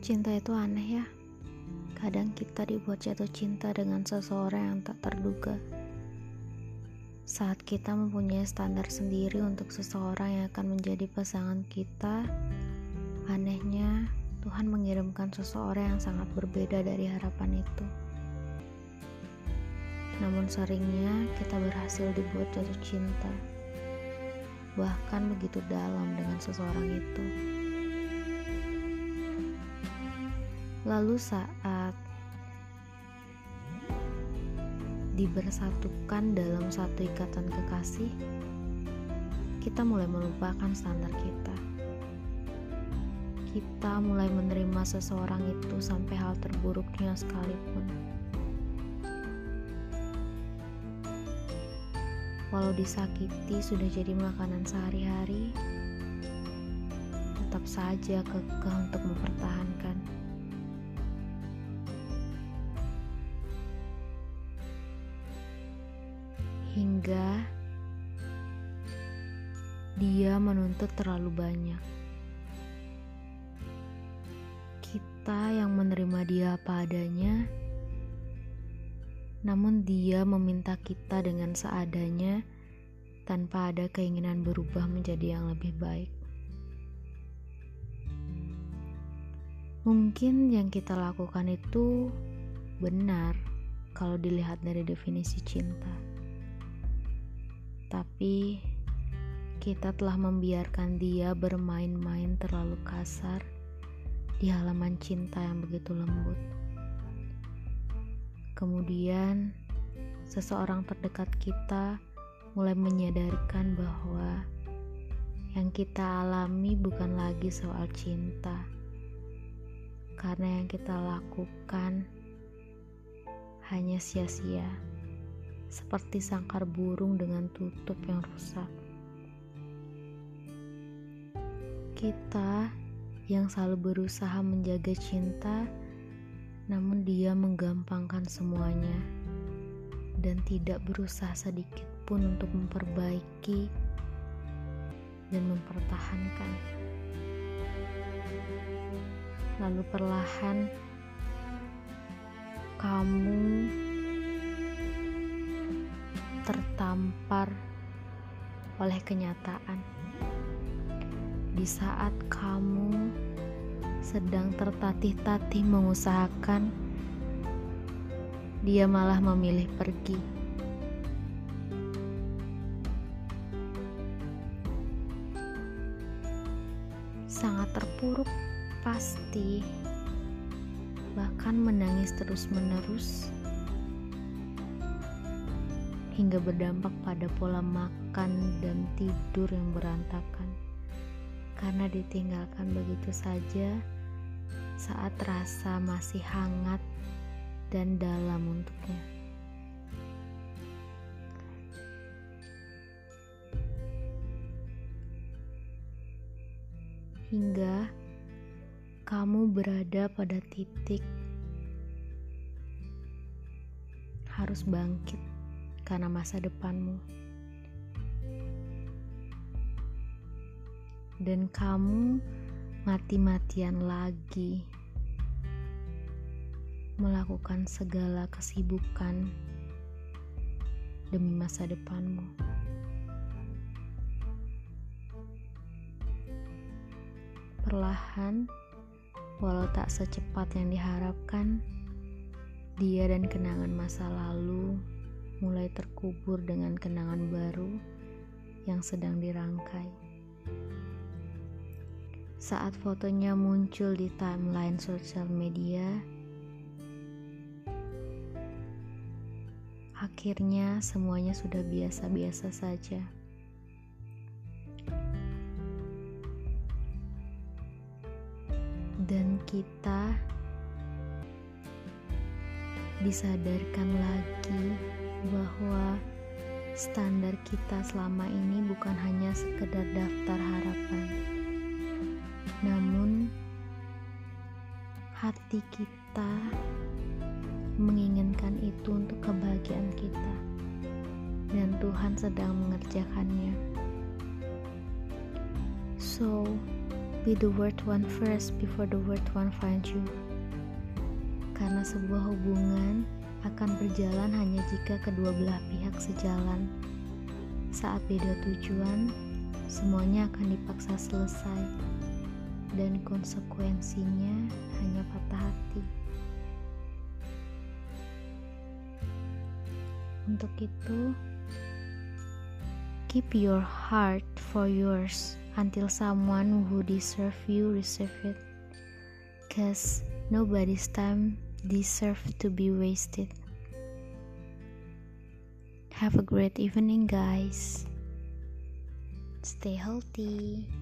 Cinta itu aneh ya. Kadang kita dibuat jatuh cinta dengan seseorang yang tak terduga. Saat kita mempunyai standar sendiri untuk seseorang yang akan menjadi pasangan kita, anehnya Tuhan mengirimkan seseorang yang sangat berbeda dari harapan itu. Namun seringnya kita berhasil dibuat jatuh cinta, bahkan begitu dalam dengan seseorang itu. Lalu saat dibersatukan dalam satu ikatan kekasih, kita mulai melupakan standar kita. Kita mulai menerima seseorang itu sampai hal terburuknya sekalipun. Walau disakiti sudah jadi makanan sehari-hari, tetap saja kekeh untuk mempertahankan. Hingga dia menuntut terlalu banyak. Kita yang menerima dia apa adanya, namun dia meminta kita dengan seadanya tanpa ada keinginan berubah menjadi yang lebih baik. Mungkin yang kita lakukan itu benar kalau dilihat dari definisi cinta. Tapi kita telah membiarkan dia bermain-main terlalu kasar di halaman cinta yang begitu lembut. Kemudian seseorang terdekat kita mulai menyadarkan bahwa yang kita alami bukan lagi soal cinta, karena yang kita lakukan hanya sia-sia, seperti sangkar burung dengan tutup yang rusak. Kita yang selalu berusaha menjaga cinta, namun dia menggampangkan semuanya dan tidak berusaha sedikit pun untuk memperbaiki dan mempertahankan. Lalu perlahan kamu tertampar oleh kenyataan. Di saat kamu sedang tertatih-tatih mengusahakan, dia malah memilih pergi. Sangat terpuruk pasti, bahkan menangis terus-menerus, hingga berdampak pada pola makan dan tidur yang berantakan karena ditinggalkan begitu saja saat rasa masih hangat dan dalam untuknya. Hingga kamu berada pada titik harus bangkit karena masa depanmu. Dan kamu mati-matian lagi melakukan segala kesibukan demi masa depanmu. Perlahan, walau tak secepat yang diharapkan, dia dan kenangan masa lalu mulai terkubur dengan kenangan baru yang sedang dirangkai. Saat fotonya muncul di timeline sosial media, akhirnya semuanya sudah biasa-biasa saja. Dan kita disadarkan lagi bahwa standar kita selama ini bukan hanya sekedar daftar harapan, namun hati kita menginginkan itu untuk kebahagiaan kita, dan Tuhan sedang mengerjakannya. So, Be the worth one first before the worth one find you. Karena sebuah hubungan akan berjalan hanya jika kedua belah pihak sejalan. Saat beda tujuan, semuanya akan dipaksa selesai, dan konsekuensinya hanya patah hati. Untuk itu, keep your heart for yours until someone who deserve you receive it, 'cause nobody's time deserve to be wasted. Have a great evening, guys. Stay healthy.